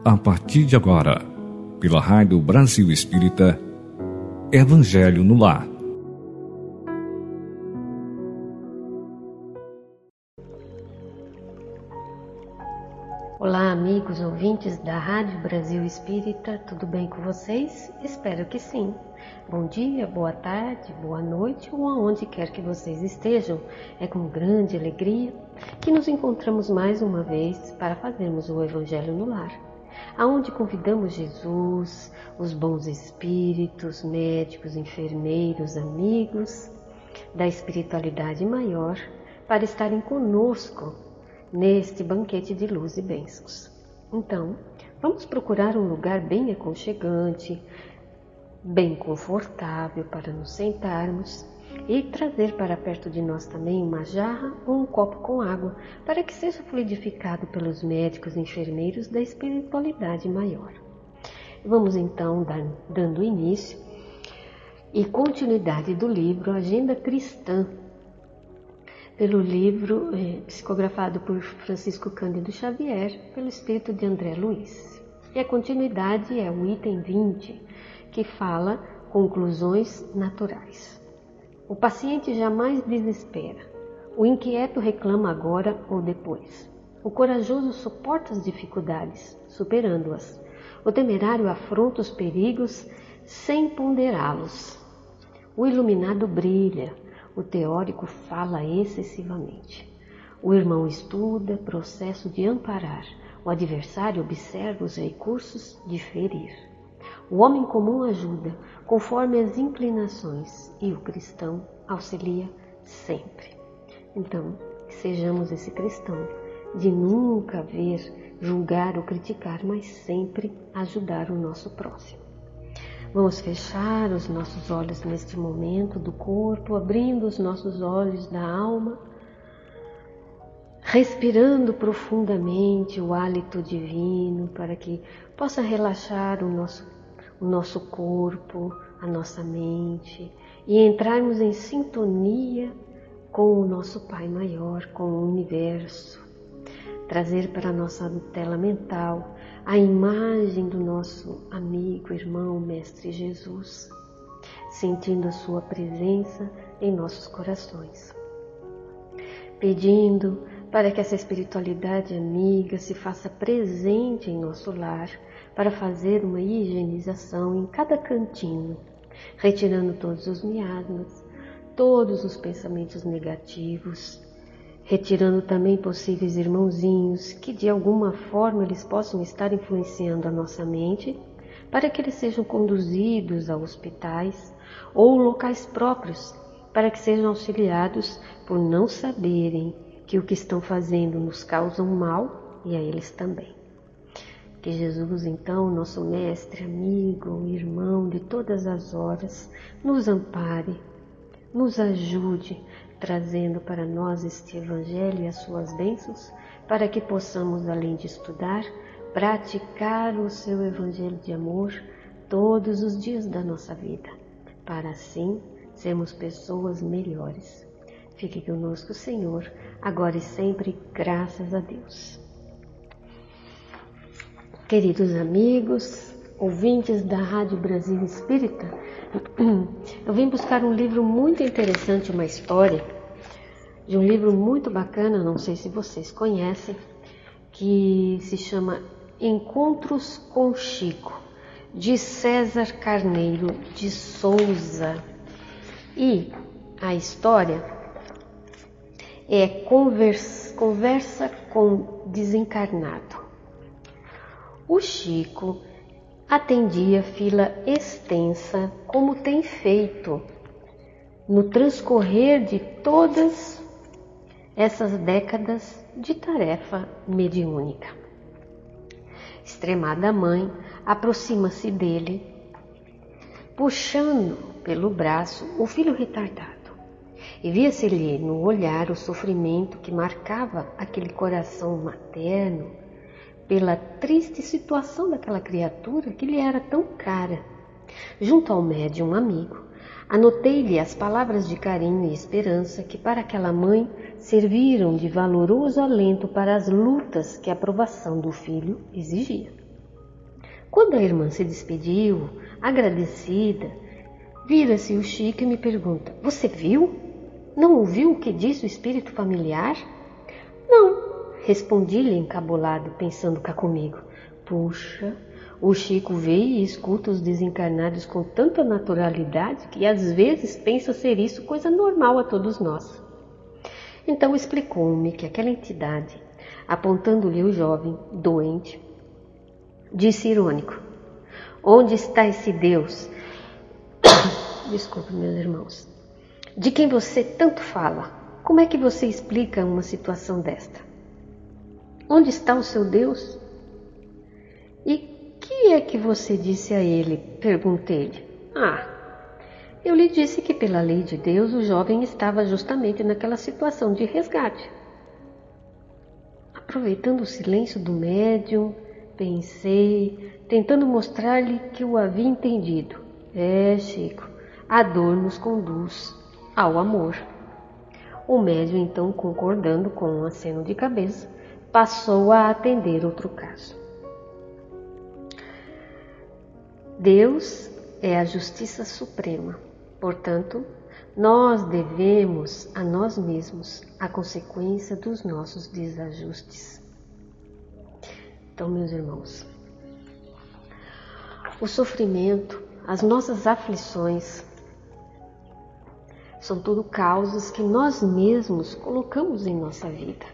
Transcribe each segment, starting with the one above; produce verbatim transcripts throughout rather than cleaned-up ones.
A partir de agora, pela Rádio Brasil Espírita, Evangelho no Lar. Olá, amigos ouvintes da Rádio Brasil Espírita, tudo bem com vocês? Espero que sim. Bom dia, boa tarde, boa noite ou aonde quer que vocês estejam. É com grande alegria que nos encontramos mais uma vez para fazermos o Evangelho no Lar, aonde convidamos Jesus, os bons espíritos, médicos, enfermeiros, amigos da espiritualidade maior para estarem conosco neste banquete de luz e bênçãos. Então, vamos procurar um lugar bem aconchegante, bem confortável para nos sentarmos e trazer para perto de nós também uma jarra ou um copo com água para que seja fluidificado pelos médicos e enfermeiros da espiritualidade maior. Vamos então dar, dando início e continuidade do livro Agenda Cristã, pelo livro eh, psicografado por Francisco Cândido Xavier, pelo espírito de André Luiz. E a continuidade é o item vinte, que fala conclusões naturais. O paciente jamais desespera. O inquieto reclama agora ou depois. O corajoso suporta as dificuldades, superando-as. O temerário afronta os perigos sem ponderá-los. O iluminado brilha. O teórico fala excessivamente. O irmão estuda, processo de amparar. O adversário observa os recursos de ferir. O homem comum ajuda, conforme as inclinações, e o cristão auxilia sempre. Então, que sejamos esse cristão, de nunca ver, julgar ou criticar, mas sempre ajudar o nosso próximo. Vamos fechar os nossos olhos neste momento do corpo, abrindo os nossos olhos da alma, respirando profundamente o hálito divino para que possa relaxar o nosso, o nosso corpo, a nossa mente e entrarmos em sintonia com o nosso Pai Maior, com o Universo. Trazer para a nossa tela mental a imagem do nosso amigo, irmão, Mestre Jesus, sentindo a sua presença em nossos corações. Pedindo para que essa espiritualidade amiga se faça presente em nosso lar, para fazer uma higienização em cada cantinho, retirando todos os miasmas, todos os pensamentos negativos, retirando também possíveis irmãozinhos que de alguma forma eles possam estar influenciando a nossa mente, para que eles sejam conduzidos a hospitais ou locais próprios, para que sejam auxiliados por não saberem que o que estão fazendo nos causa um mal e a eles também. Que Jesus, então, nosso mestre, amigo, irmão de todas as horas, nos ampare, nos ajude, trazendo para nós este Evangelho e as suas bênçãos, para que possamos, além de estudar, praticar o seu Evangelho de amor todos os dias da nossa vida, para assim sermos pessoas melhores. Fique conosco, Senhor, agora e sempre, graças a Deus. Queridos amigos, ouvintes da Rádio Brasil Espírita, eu vim buscar um livro muito interessante, uma história de um livro muito bacana, não sei se vocês conhecem, que se chama Encontros com Chico, de César Carneiro de Souza. E a história é Conversa, Conversa com Desencarnado. O Chico atendia fila extensa, como tem feito no transcorrer de todas essas décadas de tarefa mediúnica. Extremada mãe aproxima-se dele, puxando pelo braço o filho retardado, e via-se-lhe no olhar o sofrimento que marcava aquele coração materno pela triste situação daquela criatura que lhe era tão cara. Junto ao médium amigo, anotei-lhe as palavras de carinho e esperança que para aquela mãe serviram de valoroso alento para as lutas que a aprovação do filho exigia. Quando a irmã se despediu, agradecida, vira-se o Chico e me pergunta: você viu? Não ouviu o que disse o espírito familiar? Não, respondi-lhe encabulado, pensando cá comigo. Puxa, o Chico vê e escuta os desencarnados com tanta naturalidade que às vezes pensa ser isso coisa normal a todos nós. Então explicou-me que aquela entidade, apontando-lhe o jovem, doente, disse irônico: onde está esse Deus? Desculpe, meus irmãos. De quem você tanto fala? Como é que você explica uma situação desta? Onde está o seu Deus? E que é que você disse a ele? Perguntei-lhe. Ah, eu lhe disse que pela lei de Deus o jovem estava justamente naquela situação de resgate. Aproveitando o silêncio do médium, pensei, tentando mostrar-lhe que o havia entendido. É, Chico, a dor nos conduz ao amor. O médium, então, concordando com um aceno de cabeça, passou a atender outro caso. Deus é a justiça suprema, portanto, nós devemos a nós mesmos a consequência dos nossos desajustes. Então, meus irmãos, o sofrimento, as nossas aflições, são tudo causas que nós mesmos colocamos em nossa vida.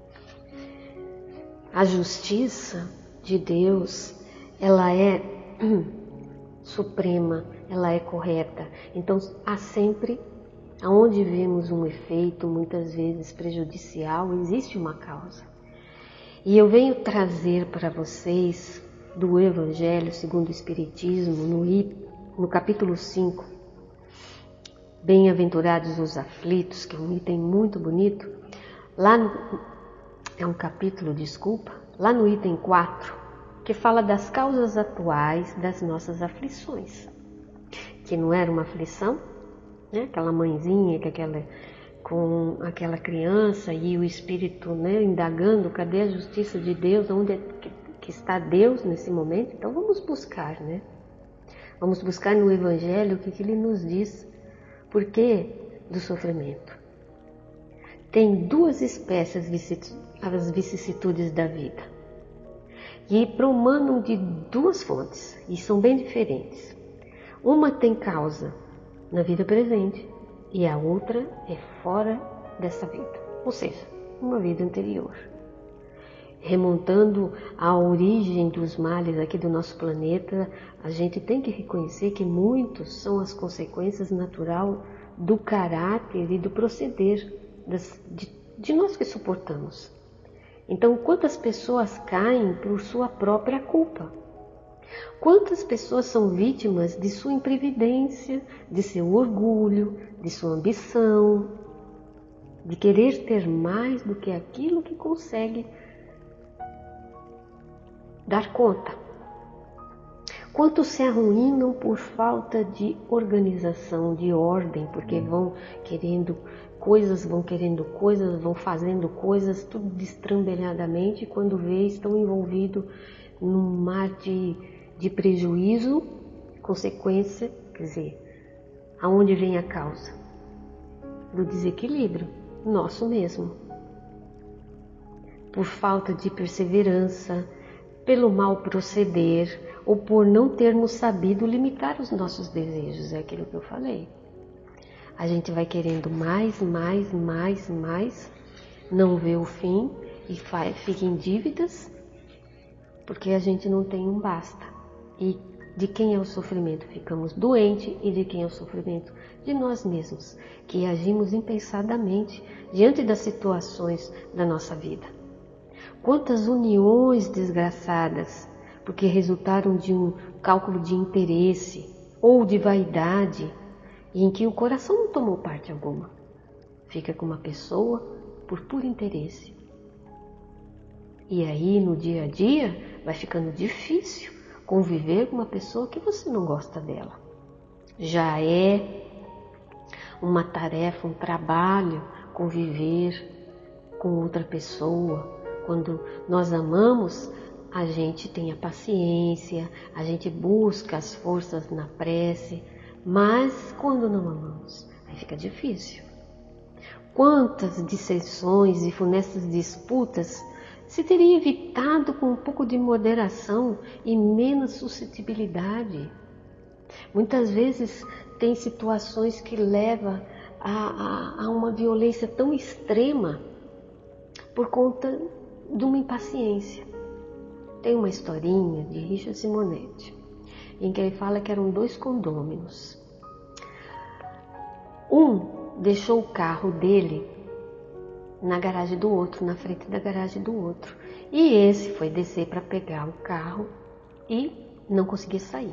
A justiça de Deus, ela é suprema, ela é correta. Então, há sempre, aonde vemos um efeito, muitas vezes prejudicial, existe uma causa. E eu venho trazer para vocês, do Evangelho segundo o Espiritismo, no, no capítulo cinco, Bem-aventurados os aflitos, que é um item muito bonito, lá no, é um capítulo, desculpa, lá no item quatro, que fala das causas atuais das nossas aflições. Que não era uma aflição, né? Aquela mãezinha que aquela, com aquela criança e o espírito, né, indagando, cadê a justiça de Deus, onde é que, que está Deus nesse momento? Então vamos buscar, né? Vamos buscar no Evangelho o que, que ele nos diz. Por que do sofrimento? Tem duas espécies as vicissitudes da vida. E promanam de duas fontes, e são bem diferentes. Uma tem causa na vida presente e a outra é fora dessa vida, ou seja, uma vida anterior. Remontando à origem dos males aqui do nosso planeta, a gente tem que reconhecer que muitos são as consequências naturais do caráter e do proceder das, de, de nós que suportamos. Então, quantas pessoas caem por sua própria culpa? Quantas pessoas são vítimas de sua imprevidência, de seu orgulho, de sua ambição, de querer ter mais do que aquilo que consegue dar conta? Quantos se arruinam por falta de organização, de ordem, porque vão querendo coisas, vão querendo coisas, vão fazendo coisas, tudo destrambelhadamente, e quando vê, estão envolvidos num mar de, de prejuízo, consequência, quer dizer, aonde vem a causa? Do desequilíbrio nosso mesmo. Por falta de perseverança, pelo mal proceder, ou por não termos sabido limitar os nossos desejos, é aquilo que eu falei. A gente vai querendo mais, mais, mais, mais, não vê o fim e faz, fica em dívidas, porque a gente não tem um basta. E de quem é o sofrimento? Ficamos doentes. E de quem é o sofrimento? De nós mesmos, que agimos impensadamente diante das situações da nossa vida. Quantas uniões desgraçadas, porque resultaram de um cálculo de interesse ou de vaidade, em que o coração não tomou parte alguma. Fica com uma pessoa por puro interesse. E aí, no dia a dia, vai ficando difícil conviver com uma pessoa que você não gosta dela. Já é uma tarefa, um trabalho, conviver com outra pessoa. Quando nós amamos, a gente tem a paciência, a gente busca as forças na prece, mas quando não amamos, aí fica difícil. Quantas dissensões e funestas disputas se teria evitado com um pouco de moderação e menos suscetibilidade? Muitas vezes tem situações que levam a, a, a uma violência tão extrema por conta de uma impaciência. Tem uma historinha de Richard Simonetti, em que ele fala que eram dois condôminos. Um deixou o carro dele na garagem do outro, na frente da garagem do outro. E esse foi descer para pegar o carro e não conseguia sair.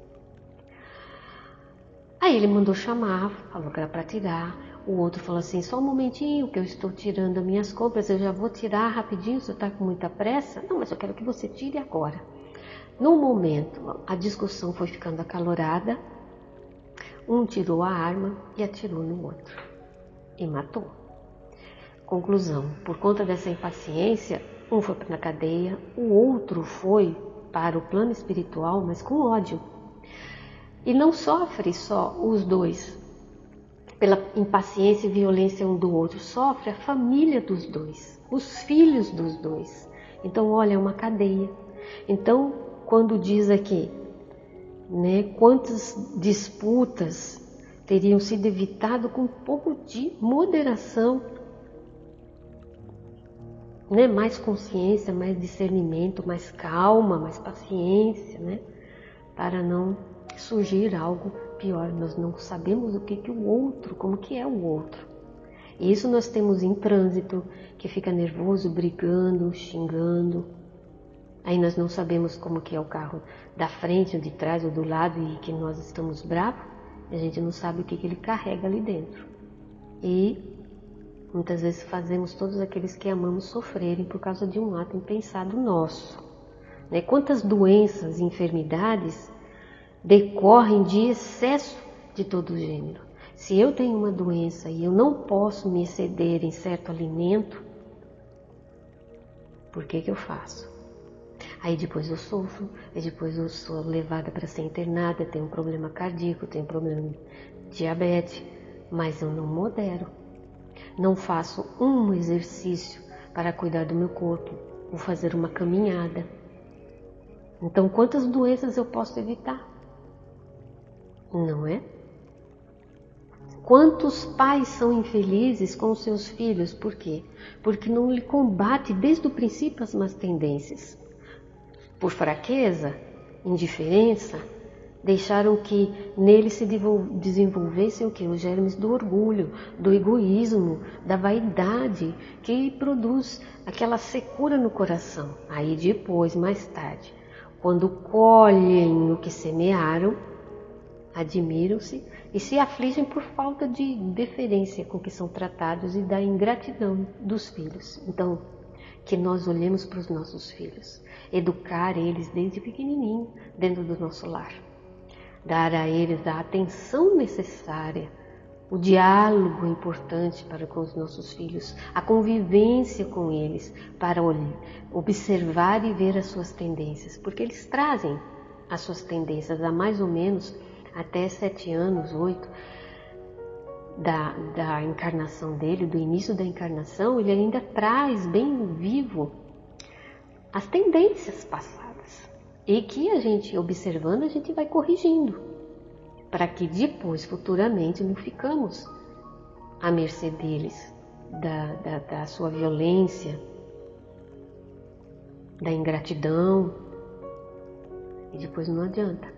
Aí ele mandou chamar, falou que era para tirar. O outro falou assim, só um momentinho que eu estou tirando as minhas compras, eu já vou tirar rapidinho, você está com muita pressa? Não, mas eu quero que você tire agora. No momento, a discussão foi ficando acalorada, um tirou a arma e atirou no outro e matou. Conclusão, por conta dessa impaciência, um foi para a cadeia, o outro foi para o plano espiritual, mas com ódio. E não sofre só os dois, pela impaciência e violência um do outro, sofre a família dos dois, os filhos dos dois. Então, olha, é uma cadeia. Então, quando diz aqui, né, quantas disputas teriam sido evitadas com um pouco de moderação, né, mais consciência, mais discernimento, mais calma, mais paciência, né, para não surgir algo pior. Nós não sabemos o que que o outro, como que é o outro. E isso nós temos em trânsito, que fica nervoso, brigando, xingando. Aí nós não sabemos como que é o carro da frente, ou de trás, ou do lado, e que nós estamos bravos. A gente não sabe o que que ele carrega ali dentro. E muitas vezes fazemos todos aqueles que amamos sofrerem por causa de um ato impensado nosso. Né? Quantas doenças e enfermidades decorrem de excesso de todo gênero. Se eu tenho uma doença e eu não posso me exceder em certo alimento, por que que eu faço? Aí depois eu sofro, aí depois eu sou levada para ser internada, tenho um problema cardíaco, tenho um problema de diabetes, mas eu não modero. Não faço um exercício para cuidar do meu corpo, vou fazer uma caminhada. Então, quantas doenças eu posso evitar? Não é? Quantos pais são infelizes com os seus filhos? Por quê? Porque não lhe combate desde o princípio as más tendências. Por fraqueza, indiferença, deixaram que nele se desenvolvessem o quê? Os germes do orgulho, do egoísmo, da vaidade, que produz aquela secura no coração. Aí depois, mais tarde, quando colhem o que semearam, admiram-se e se afligem por falta de deferência com que são tratados e da ingratidão dos filhos. Então, que nós olhemos para os nossos filhos, educar eles desde pequenininho dentro do nosso lar, dar a eles a atenção necessária, o diálogo importante para com os nossos filhos, a convivência com eles, para observar e ver as suas tendências, porque eles trazem as suas tendências há mais ou menos até sete anos, oito, da, da encarnação dele, do início da encarnação, ele ainda traz bem vivo as tendências passadas. E que a gente, observando, a gente vai corrigindo, para que depois, futuramente, não ficamos à mercê deles, da, da, da sua violência, da ingratidão, e depois não adianta.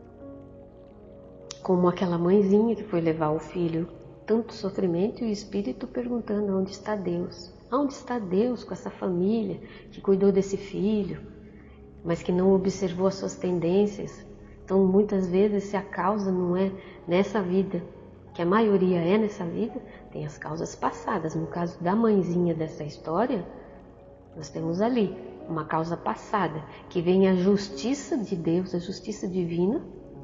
Como aquela mãezinha que foi levar o filho, tanto sofrimento, e o espírito perguntando onde está Deus. Onde está Deus com essa família que cuidou desse filho, mas que não observou as suas tendências? Então, muitas vezes, se a causa não é nessa vida, que a maioria é nessa vida, tem as causas passadas. No caso da mãezinha dessa história, nós temos ali uma causa passada, que vem a justiça de Deus, a justiça divina,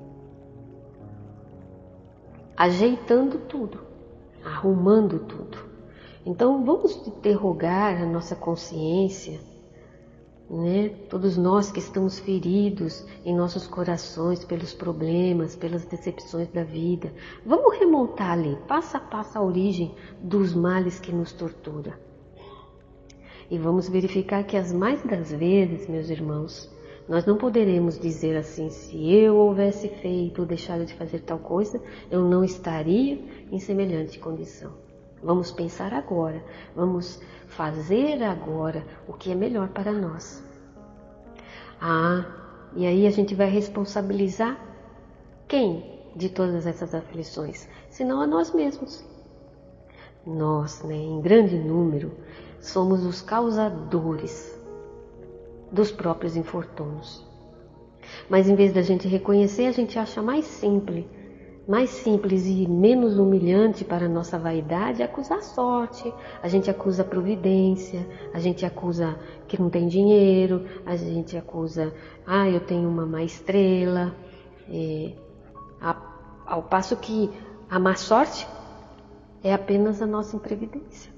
ajeitando tudo, arrumando tudo. Então, vamos interrogar a nossa consciência né? Todos nós que estamos feridos em nossos corações pelos problemas, pelas decepções da vida, vamos remontar ali, passo a passo, a origem dos males que nos tortura. E vamos verificar que as mais das vezes, meus irmãos, nós não poderemos dizer assim, se eu houvesse feito ou deixado de fazer tal coisa, eu não estaria em semelhante condição. Vamos pensar agora, vamos fazer agora o que é melhor para nós. Ah, e aí a gente vai responsabilizar quem de todas essas aflições? Senão a nós mesmos. Nós, né, em grande número, somos os causadores dos próprios infortúnios. Mas em vez da gente reconhecer, a gente acha mais simples, mais simples e menos humilhante para a nossa vaidade acusar a sorte, a gente acusa a providência, a gente acusa que não tem dinheiro, a gente acusa, ah, eu tenho uma má estrela, é, a, ao passo que a má sorte é apenas a nossa imprevidência.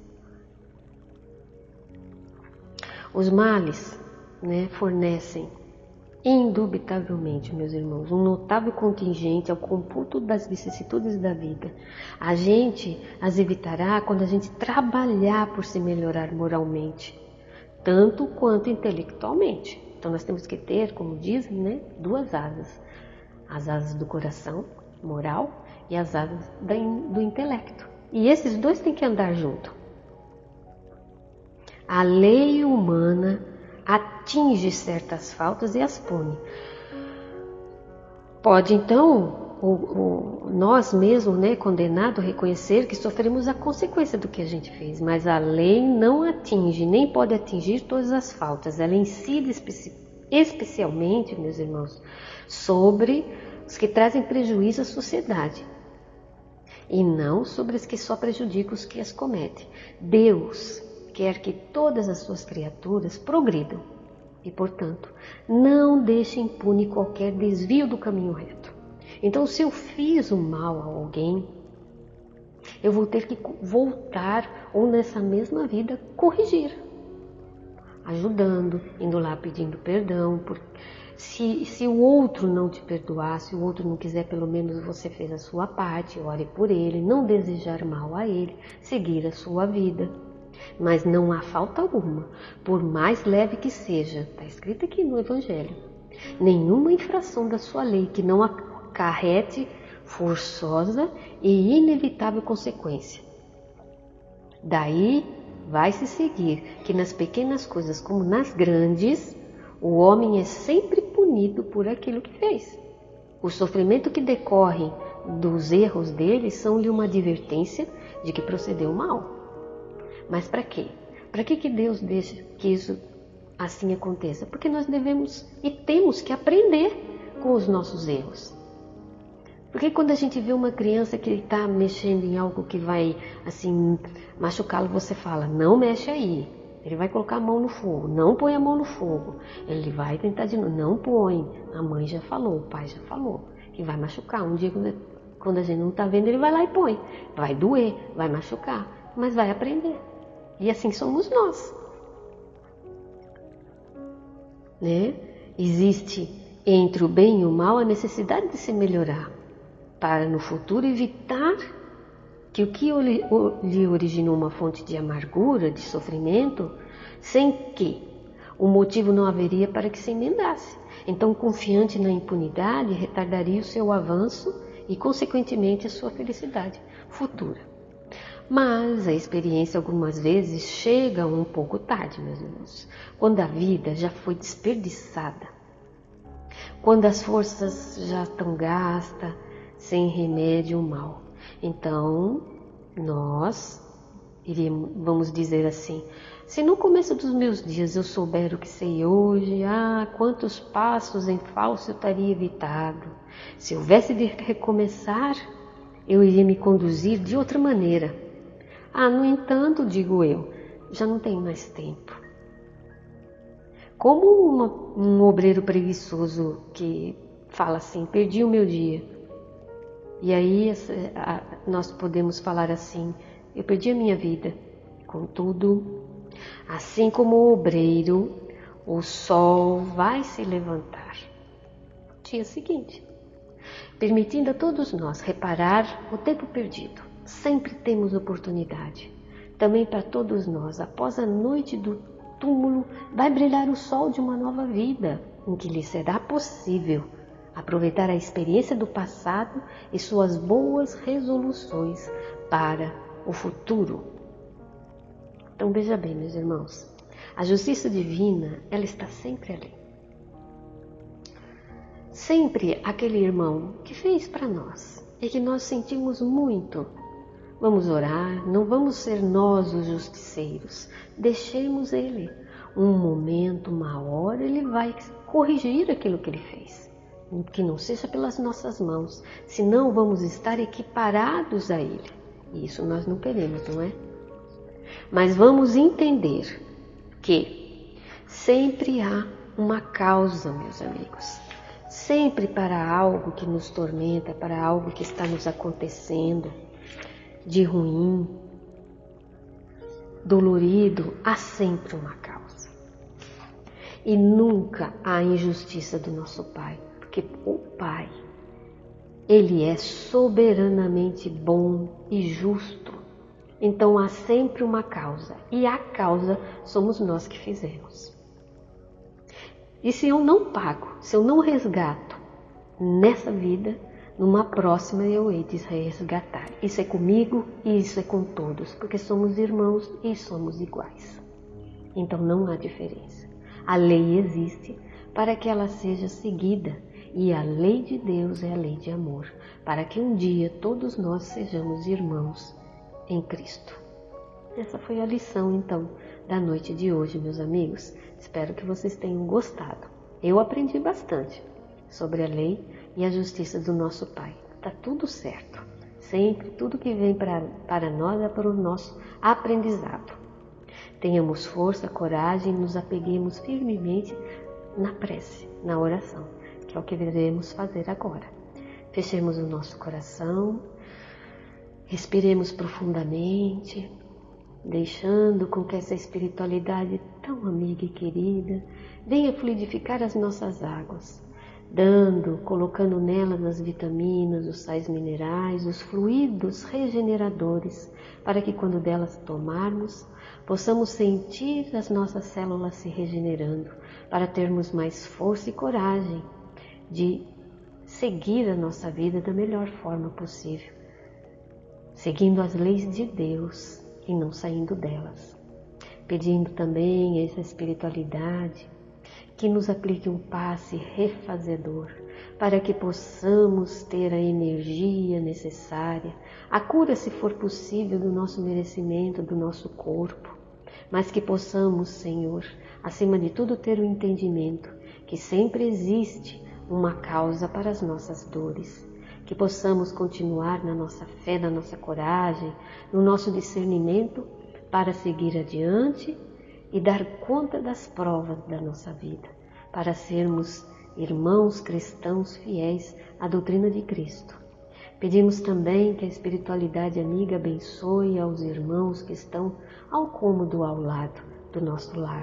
Os males, né, fornecem indubitavelmente, meus irmãos, um notável contingente ao computo das vicissitudes da vida. A gente as evitará quando a gente trabalhar por se melhorar moralmente, tanto quanto intelectualmente. Então nós temos que ter, como dizem, né, duas asas. As asas do coração, moral, e as asas do intelecto. E esses dois têm que andar junto. A lei humana atinge certas faltas e as pune. Pode então o, o, nós mesmos, né, condenados, reconhecer que sofremos a consequência do que a gente fez, mas a lei não atinge, nem pode atingir todas as faltas. Ela incide especi especialmente, meus irmãos, sobre os que trazem prejuízo à sociedade e não sobre os que só prejudicam os que as cometem. Deus quer que todas as suas criaturas progridam e, portanto, não deixe impune qualquer desvio do caminho reto. Então, se eu fiz o mal a alguém, eu vou ter que voltar ou nessa mesma vida corrigir, ajudando, indo lá pedindo perdão. Por... Se, se o outro não te perdoar, se o outro não quiser, pelo menos você fez a sua parte, ore por ele, não desejar mal a ele, seguir a sua vida. Mas não há falta alguma, por mais leve que seja, está escrito aqui no Evangelho, nenhuma infração da sua lei que não acarrete forçosa e inevitável consequência. Daí vai-se seguir que nas pequenas coisas como nas grandes, o homem é sempre punido por aquilo que fez. O sofrimento que decorre dos erros dele são-lhe uma advertência de que procedeu mal. Mas para quê? Para que que Deus deixa que isso assim aconteça? Porque nós devemos e temos que aprender com os nossos erros. Porque quando a gente vê uma criança que está mexendo em algo que vai assim machucá-lo, você fala, não mexe aí. Ele vai colocar a mão no fogo, não põe a mão no fogo. Ele vai tentar de novo, não põe. A mãe já falou, o pai já falou, que vai machucar. Um dia quando a gente não está vendo, ele vai lá e põe. Vai doer, vai machucar, mas vai aprender. E assim somos nós, né? Existe entre o bem e o mal a necessidade de se melhorar, para no futuro evitar que o que lhe originou uma fonte de amargura, de sofrimento, sem que o motivo não haveria para que se emendasse. Então, confiante na impunidade, retardaria o seu avanço e, consequentemente, a sua felicidade futura. Mas a experiência algumas vezes chega um pouco tarde, meus irmãos, quando a vida já foi desperdiçada, quando as forças já estão gastas, sem remédio o mal. Então, nós iríamos, vamos dizer assim, se no começo dos meus dias eu souber o que sei hoje, ah, quantos passos em falso eu estaria evitado. Se houvesse de recomeçar, eu iria me conduzir de outra maneira. Ah, no entanto, digo eu, já não tenho mais tempo. Como uma, um obreiro preguiçoso que fala assim, perdi o meu dia. E aí a, nós podemos falar assim, eu perdi a minha vida. Contudo, assim como o obreiro, o sol vai se levantar no dia seguinte, permitindo a todos nós reparar o tempo perdido. Sempre temos oportunidade. Também para todos nós, após a noite do túmulo, vai brilhar o sol de uma nova vida, em que lhe será possível aproveitar a experiência do passado e suas boas resoluções para o futuro. Então veja bem, meus irmãos, a justiça divina, ela está sempre ali. Sempre aquele irmão que fez para nós e que nós sentimos muito. Vamos orar, não vamos ser nós os justiceiros, deixemos ele. Um momento, uma hora, ele vai corrigir aquilo que ele fez. Que não seja pelas nossas mãos, senão vamos estar equiparados a ele. E isso nós não queremos, não é? Mas vamos entender que sempre há uma causa, meus amigos. Sempre para algo que nos tormenta, para algo que está nos acontecendo, de ruim, dolorido, há sempre uma causa. E nunca há injustiça do nosso Pai, porque o Pai, Ele é soberanamente bom e justo. Então há sempre uma causa, e a causa somos nós que fizemos. E se eu não pago, se eu não resgato nessa vida, numa próxima eu hei de resgatar. Isso é comigo e isso é com todos, porque somos irmãos e somos iguais. Então não há diferença. A lei existe para que ela seja seguida, e a lei de Deus é a lei de amor, para que um dia todos nós sejamos irmãos em Cristo. Essa foi a lição, então, da noite de hoje, meus amigos. Espero que vocês tenham gostado. Eu aprendi bastante sobre a lei e a justiça do nosso Pai. Está tudo certo. Sempre, tudo que vem pra, para nós é para o nosso aprendizado. Tenhamos força, coragem e nos apeguemos firmemente na prece, na oração, que é o que devemos fazer agora. Fechemos o nosso coração, respiremos profundamente, deixando com que essa espiritualidade tão amiga e querida venha fluidificar as nossas águas, dando, colocando nelas as vitaminas, os sais minerais, os fluidos regeneradores, para que quando delas tomarmos, possamos sentir as nossas células se regenerando, para termos mais força e coragem de seguir a nossa vida da melhor forma possível, seguindo as leis de Deus e não saindo delas. Pedindo também a essa espiritualidade que nos aplique um passe refazedor, para que possamos ter a energia necessária, a cura, se for possível, do nosso merecimento, do nosso corpo, mas que possamos, Senhor, acima de tudo, ter o entendimento que sempre existe uma causa para as nossas dores, que possamos continuar na nossa fé, na nossa coragem, no nosso discernimento para seguir adiante e dar conta das provas da nossa vida, para sermos irmãos cristãos fiéis à doutrina de Cristo. Pedimos também que a espiritualidade amiga abençoe aos irmãos que estão ao cômodo ao lado do nosso lar,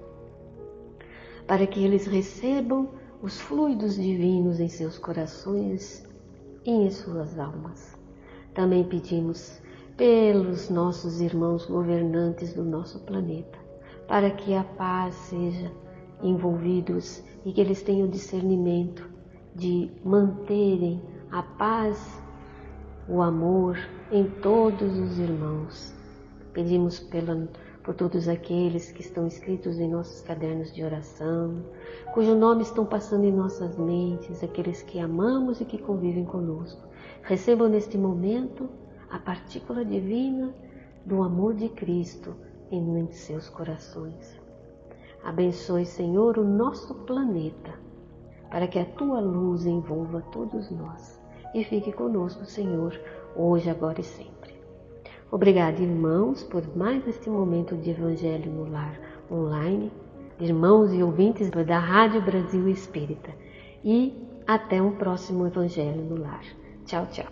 para que eles recebam os fluidos divinos em seus corações e em suas almas. Também pedimos pelos nossos irmãos governantes do nosso planeta, para que a paz seja envolvidos e que eles tenham discernimento de manterem a paz, o amor em todos os irmãos. Pedimos pela, por todos aqueles que estão escritos em nossos cadernos de oração, cujo nome estão passando em nossas mentes, aqueles que amamos e que convivem conosco. Recebam neste momento a partícula divina do amor de Cristo em seus corações. Abençoe, Senhor, o nosso planeta, para que a Tua luz envolva todos nós e fique conosco, Senhor, hoje, agora e sempre. Obrigada, irmãos, por mais este momento de Evangelho no Lar online, irmãos e ouvintes da Rádio Brasil Espírita, e até um próximo Evangelho no Lar. Tchau, tchau.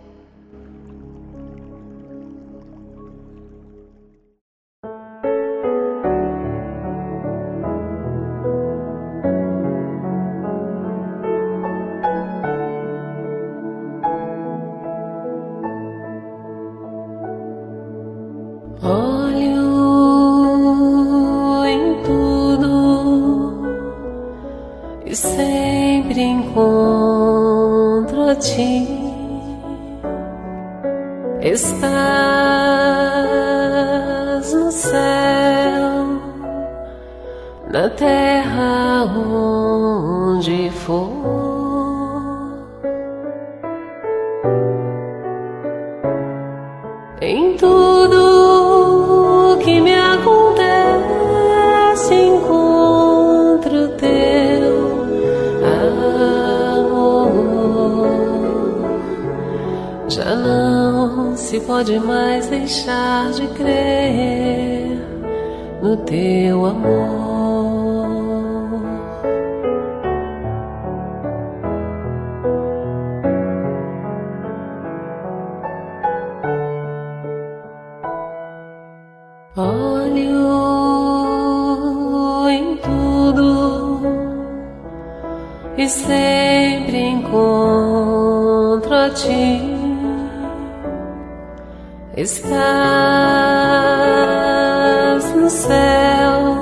Olho em tudo e sempre encontro a ti. Estás no céu, na terra onde for. Em tudo que me acontece encontro teu amor. Já não se pode mais deixar de crer no teu amor. Olho em tudo e sempre encontro a ti. Estás no céu,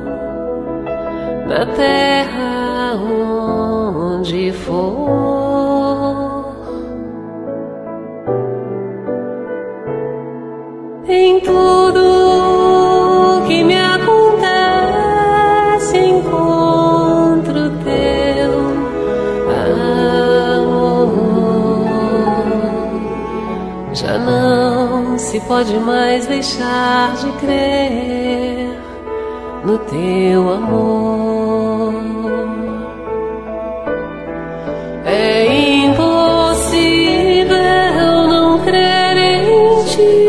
na terra onde for. Em tudo que me acontece encontro teu amor. Já não se pode mais deixar de crer no teu amor. É impossível não crer em ti.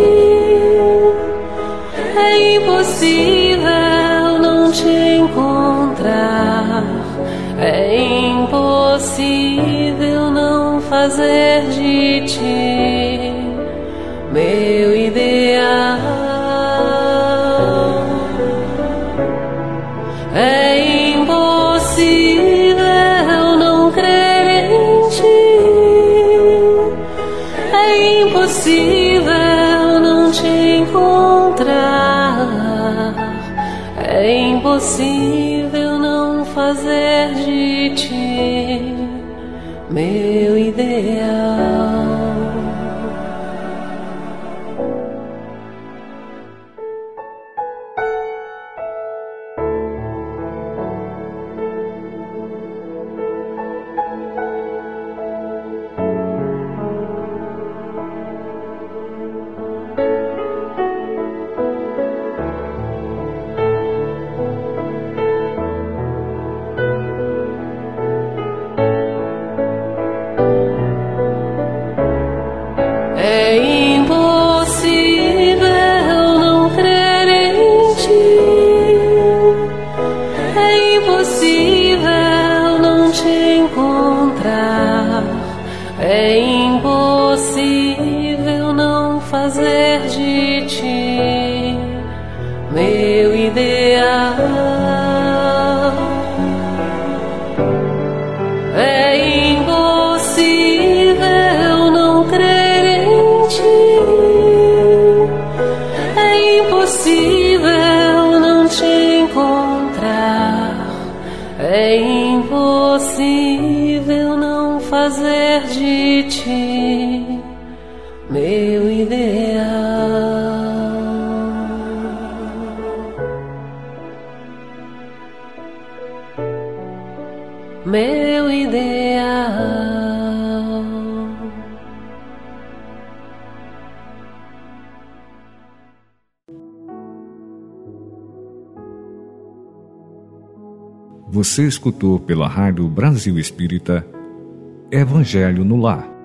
É impossível não te encontrar. É impossível não fazer de ti meu ideal. É impossível não crer em ti. É impossível não te encontrar. É impossível não fazer de ti meu ideal. É impossível não crer em ti. É impossível não te encontrar. É impossível não fazer de ti meu ideal. É impossível não crer em ti. É impossível não te encontrar. É impossível não fazer de ti meu ideal. Meu ideal. Você escutou pela Rádio Brasil Espírita Evangelho no Lar.